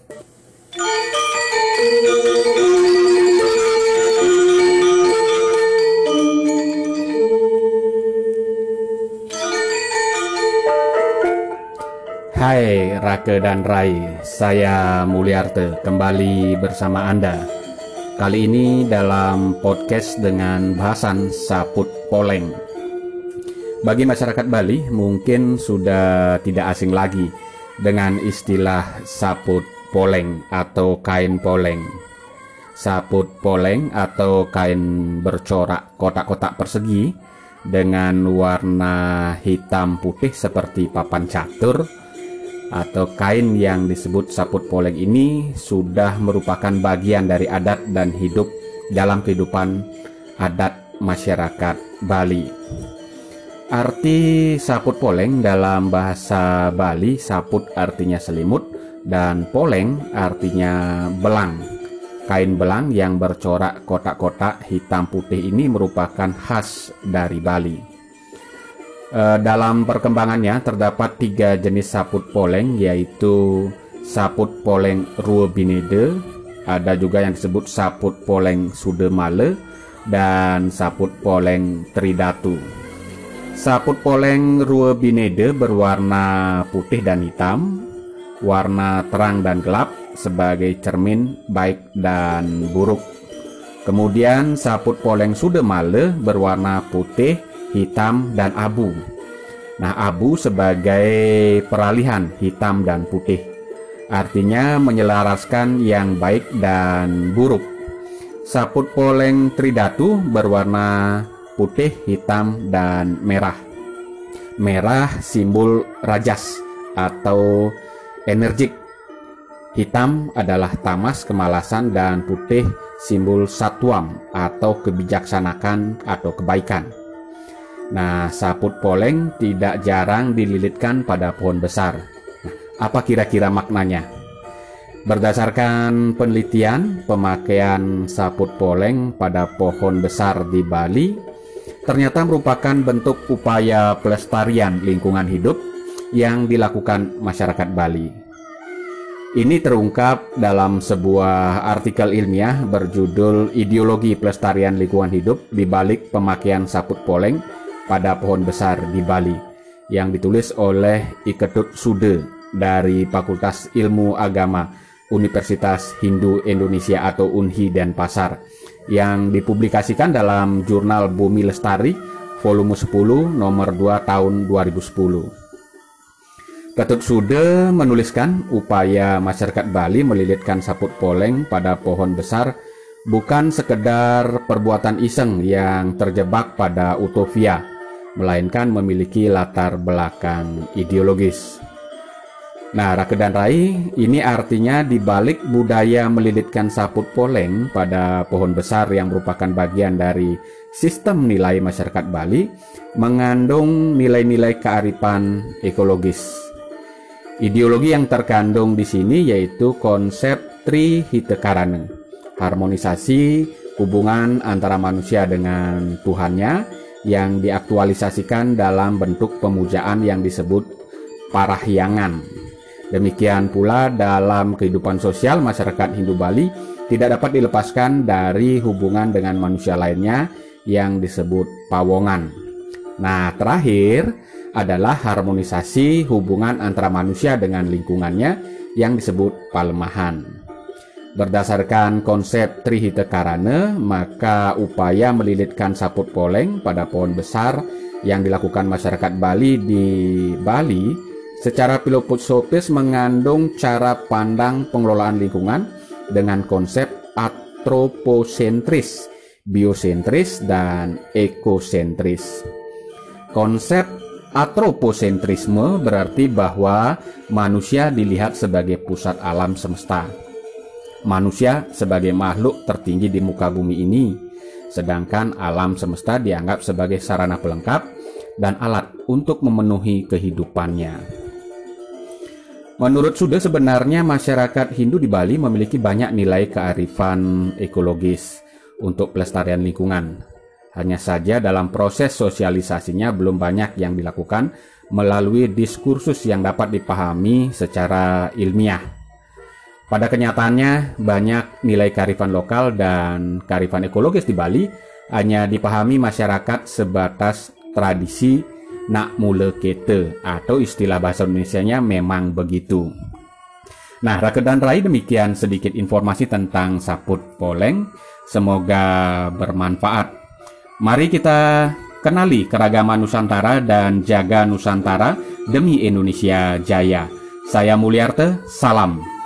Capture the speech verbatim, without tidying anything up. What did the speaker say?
Hai Rake dan Rai, saya Mulyarte kembali bersama Anda. Kali ini dalam podcast dengan bahasan saput poleng. Bagi masyarakat Bali mungkin sudah tidak asing lagi dengan istilah saput poleng atau kain poleng. Saput poleng atau kain bercorak kotak-kotak persegi dengan warna hitam putih seperti papan catur atau kain yang disebut saput poleng ini sudah merupakan bagian dari adat dan hidup dalam kehidupan adat masyarakat Bali. Arti saput poleng dalam bahasa Bali, saput artinya selimut dan poleng artinya belang. Kain belang yang bercorak kotak-kotak hitam putih ini merupakan khas dari Bali. E, dalam perkembangannya terdapat tiga jenis saput poleng, yaitu saput poleng Ruobinede, ada juga yang disebut saput poleng Sudemale, dan saput poleng Tridatu. Saput poleng Ruobinede berwarna putih dan hitam, warna terang dan gelap sebagai cermin baik dan buruk. Kemudian saput poleng Sudemale berwarna putih, hitam, dan abu. Nah, abu sebagai peralihan hitam dan putih, artinya menyelaraskan yang baik dan buruk. Saput poleng Tridatu berwarna putih, hitam, dan merah. Merah simbol rajas atau energik. Hitam adalah tamas, kemalasan, dan putih simbol satwam atau kebijaksanaan atau kebaikan. Nah, saput poleng tidak jarang dililitkan pada pohon besar. Nah, apa kira-kira maknanya? Berdasarkan penelitian, pemakaian saput poleng pada pohon besar di Bali ternyata merupakan bentuk upaya pelestarian lingkungan hidup yang dilakukan masyarakat Bali. Ini terungkap dalam sebuah artikel ilmiah berjudul Ideologi Pelestarian Lingkungan Hidup di balik pemakaian saput poleng pada pohon besar di Bali, yang ditulis oleh Iketut Sude dari Fakultas Ilmu Agama Universitas Hindu Indonesia atau U N H I Denpasar, yang dipublikasikan dalam jurnal Bumi Lestari volume sepuluh nomor dua tahun dua ribu sepuluh. Ketut Sude menuliskan upaya masyarakat Bali melilitkan saput poleng pada pohon besar bukan sekedar perbuatan iseng yang terjebak pada utopia, melainkan memiliki latar belakang ideologis. Nah, Rake dan Rai, ini artinya di balik budaya melilitkan saput poleng pada pohon besar yang merupakan bagian dari sistem nilai masyarakat Bali, mengandung nilai-nilai kearifan ekologis. Ideologi yang terkandung di sini yaitu konsep Trihitekarana, harmonisasi hubungan antara manusia dengan Tuhannya, yang diaktualisasikan dalam bentuk pemujaan yang disebut parahyangan. Demikian pula dalam kehidupan sosial masyarakat Hindu Bali tidak dapat dilepaskan dari hubungan dengan manusia lainnya yang disebut pawongan. Nah, terakhir adalah harmonisasi hubungan antara manusia dengan lingkungannya yang disebut palemahan. Berdasarkan konsep Trihitekarana, maka upaya melilitkan saput poleng pada pohon besar yang dilakukan masyarakat Bali di Bali secara filosofis mengandung cara pandang pengelolaan lingkungan dengan konsep antroposentris, biosentris, dan ekosentris. Konsep antroposentrisme berarti bahwa manusia dilihat sebagai pusat alam semesta. Manusia sebagai makhluk tertinggi di muka bumi ini, sedangkan alam semesta dianggap sebagai sarana pelengkap dan alat untuk memenuhi kehidupannya. Menurut Sude, sebenarnya masyarakat Hindu di Bali memiliki banyak nilai kearifan ekologis untuk pelestarian lingkungan. Hanya saja dalam proses sosialisasinya belum banyak yang dilakukan melalui diskursus yang dapat dipahami secara ilmiah. Pada kenyataannya, banyak nilai kearifan lokal dan kearifan ekologis di Bali hanya dipahami masyarakat sebatas tradisi nak mule kete, atau istilah bahasa Indonesianya memang begitu. Nah, Rake dan Rai, demikian sedikit informasi tentang Saput Poleng. Semoga bermanfaat. Mari kita kenali keragaman Nusantara dan jaga Nusantara demi Indonesia Jaya. Saya Mulyarte, salam.